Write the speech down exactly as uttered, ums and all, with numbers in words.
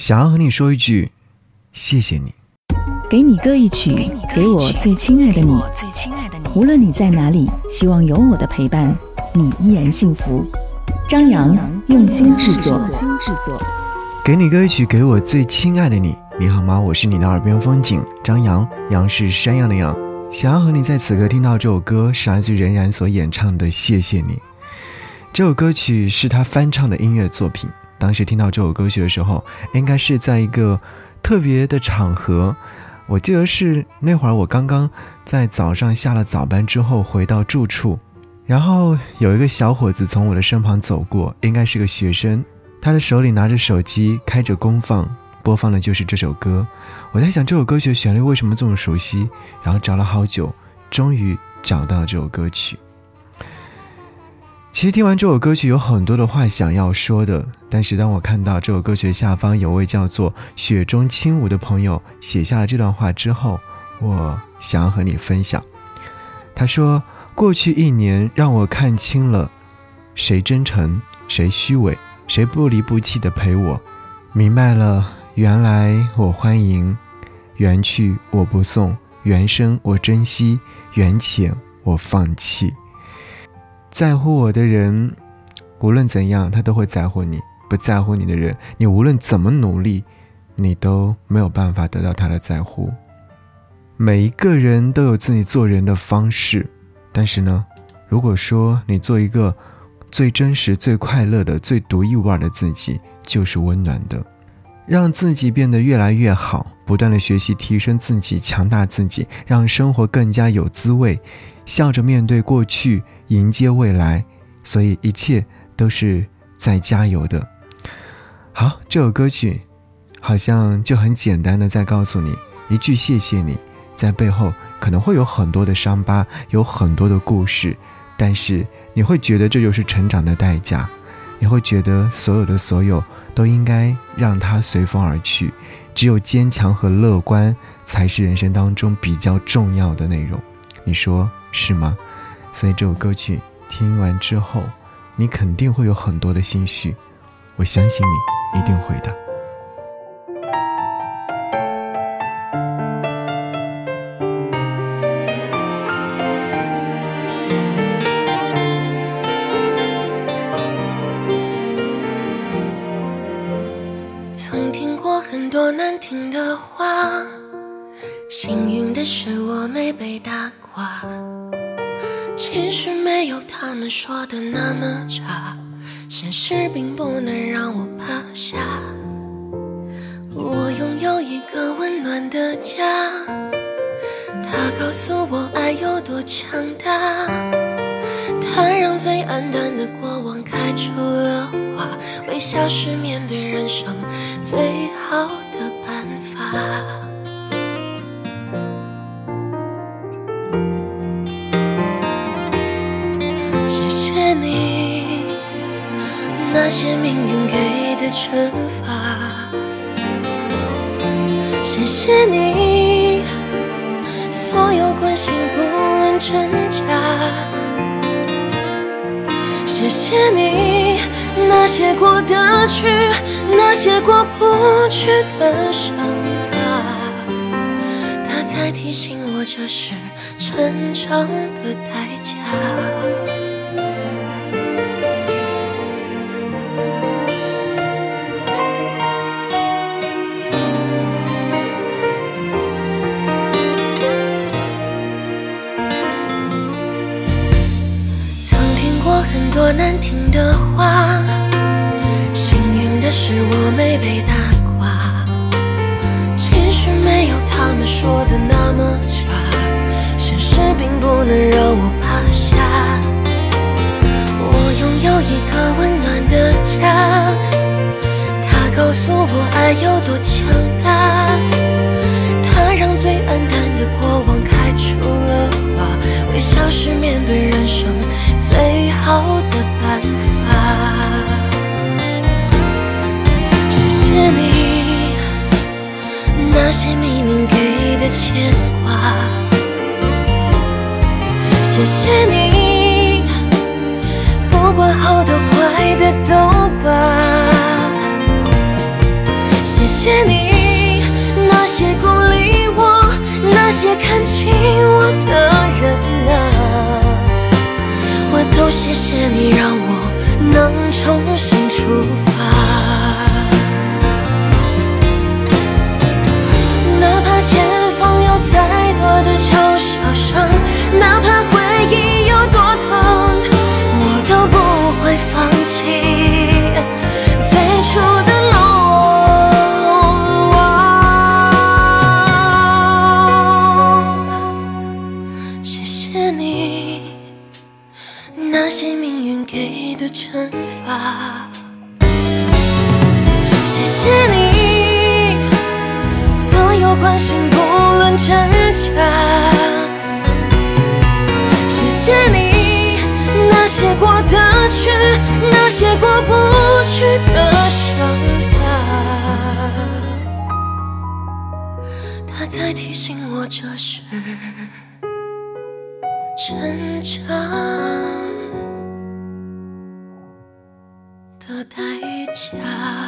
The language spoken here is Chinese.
想要和你说一句谢谢你。 给你歌一曲，给我最亲爱的你。无论你在哪里，希望有我的陪伴，你依然幸福。张扬用心制作。 给你歌一曲，给我最亲爱的你。你好吗？我是你的耳边风景张扬，杨是山羊的羊。想要和你在此刻听到这首歌，是来自任然所演唱的谢谢你。这首歌曲是他翻唱的音乐作品。当时听到这首歌曲的时候，应该是在一个特别的场合，我记得是那会儿我刚刚在早上下了早班之后回到住处，然后有一个小伙子从我的身旁走过，应该是个学生，他的手里拿着手机，开着功放，播放的就是这首歌。我在想这首歌曲的旋律为什么这么熟悉，然后找了好久，终于找到了这首歌曲。其实听完这首歌曲有很多的话想要说的，但是当我看到这首歌曲的下方有位叫做雪中轻舞的朋友写下了这段话之后，我想要和你分享。他说，过去一年让我看清了谁真诚谁虚伪，谁不离不弃的陪我，明白了原来我欢迎，缘去我不送，缘生我珍惜，缘浅我放弃。在乎我的人无论怎样他都会在乎你，不在乎你的人，你无论怎么努力你都没有办法得到他的在乎。每一个人都有自己做人的方式，但是呢，如果说你做一个最真实最快乐的最独一无二的自己，就是温暖的。让自己变得越来越好，不断的学习提升自己，强大自己，让生活更加有滋味，笑着面对过去，迎接未来，所以一切都是在加油的。好，这首歌曲好像就很简单的在告诉你一句谢谢你，在背后可能会有很多的伤疤，有很多的故事，但是你会觉得这就是成长的代价，你会觉得所有的所有都应该让它随风而去，只有坚强和乐观才是人生当中比较重要的内容，你说是吗？所以这首歌曲听完之后，你肯定会有很多的心绪，我相信你一定会的。 曾听过很多难听的话，幸运的是我没被打垮，其实没有他们说的那么差，现实并不能让我趴下。我拥有一个温暖的家，它告诉我爱有多强大，它让最黯淡的过往开出了花，微笑是面对人生最好的办法。谢谢你那些命运给的惩罚，谢谢你所有关心不论真假，谢谢你那些过得去，那些过不去的伤疤，它在提醒我这是成长的代价。很多难听的话，幸运的是我没被打垮，其实没有他们说的那么差，现实并不能让我趴下。我拥有一个温暖的家，它告诉我爱有多强大，它让最黯淡的过往开出了花，微笑是面对人生最好的办法。谢谢你那些明明给的牵挂，谢谢你不管好的坏的都罢，谢谢你那些鼓励我，那些看清我的人啊，我都谢谢你，让我能重新出发。哪怕前方有再多的嘲笑声，哪怕回忆有多疼，我都不会放弃最初的梦。谢谢你那些命运给的惩罚，谢谢你所有关心不论真假，谢谢你那些过得去，那些过不去的伤疤，它在提醒我这是成长的代价。